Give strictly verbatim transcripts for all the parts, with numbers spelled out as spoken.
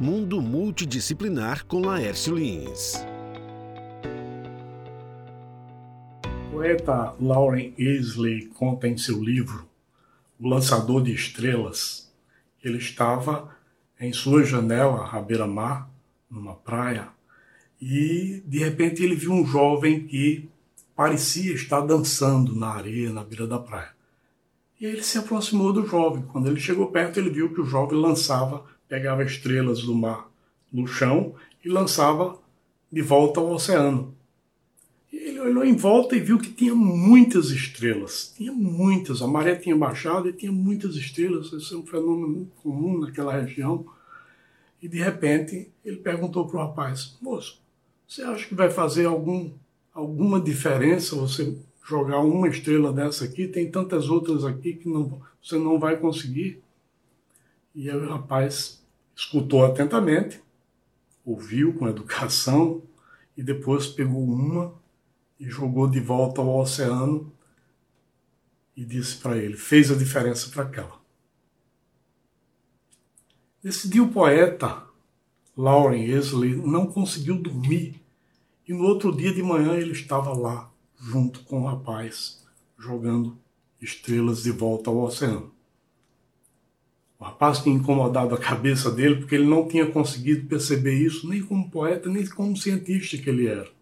Mundo Multidisciplinar com Laércio Lins. O poeta Lauren Isley conta em seu livro O Lançador de Estrelas. Ele estava em sua janela à beira-mar, numa praia, e de repente ele viu um jovem que parecia estar dançando na areia, na beira da praia. E ele se aproximou do jovem. Quando ele chegou perto, ele viu que o jovem lançava, pegava estrelas do mar no chão e lançava de volta ao oceano. E ele olhou em volta e viu que tinha muitas estrelas. Tinha muitas. A maré tinha baixado e tinha muitas estrelas. Isso é um fenômeno comum naquela região. E de repente ele perguntou para o rapaz: moço, você acha que vai fazer algum, alguma diferença você jogar uma estrela dessa aqui? Tem tantas outras aqui que não, você não vai conseguir. E aí o rapaz escutou atentamente, ouviu com educação e depois pegou uma e jogou de volta ao oceano e disse para ele: fez a diferença para aquela. Nesse dia o poeta Lauren Isley não conseguiu dormir e no outro dia de manhã ele estava lá junto com o rapaz jogando estrelas de volta ao oceano. O rapaz tinha incomodado a cabeça dele porque ele não tinha conseguido perceber isso nem como poeta, nem como cientista que ele era.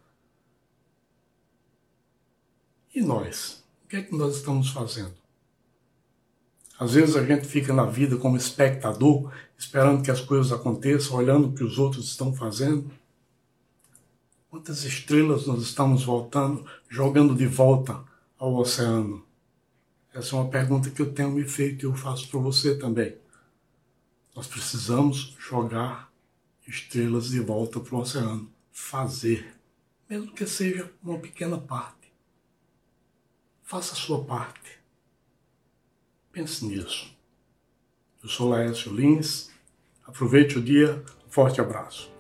E nós? O que é que nós estamos fazendo? Às vezes a gente fica na vida como espectador, esperando que as coisas aconteçam, olhando o que os outros estão fazendo. Quantas estrelas nós estamos voltando, jogando de volta ao oceano? Essa é uma pergunta que eu tenho me feito e eu faço para você também. Nós precisamos jogar estrelas de volta para o oceano. Fazer, mesmo que seja uma pequena parte. Faça a sua parte. Pense nisso. Eu sou Laércio Lins. Aproveite o dia. Um forte abraço.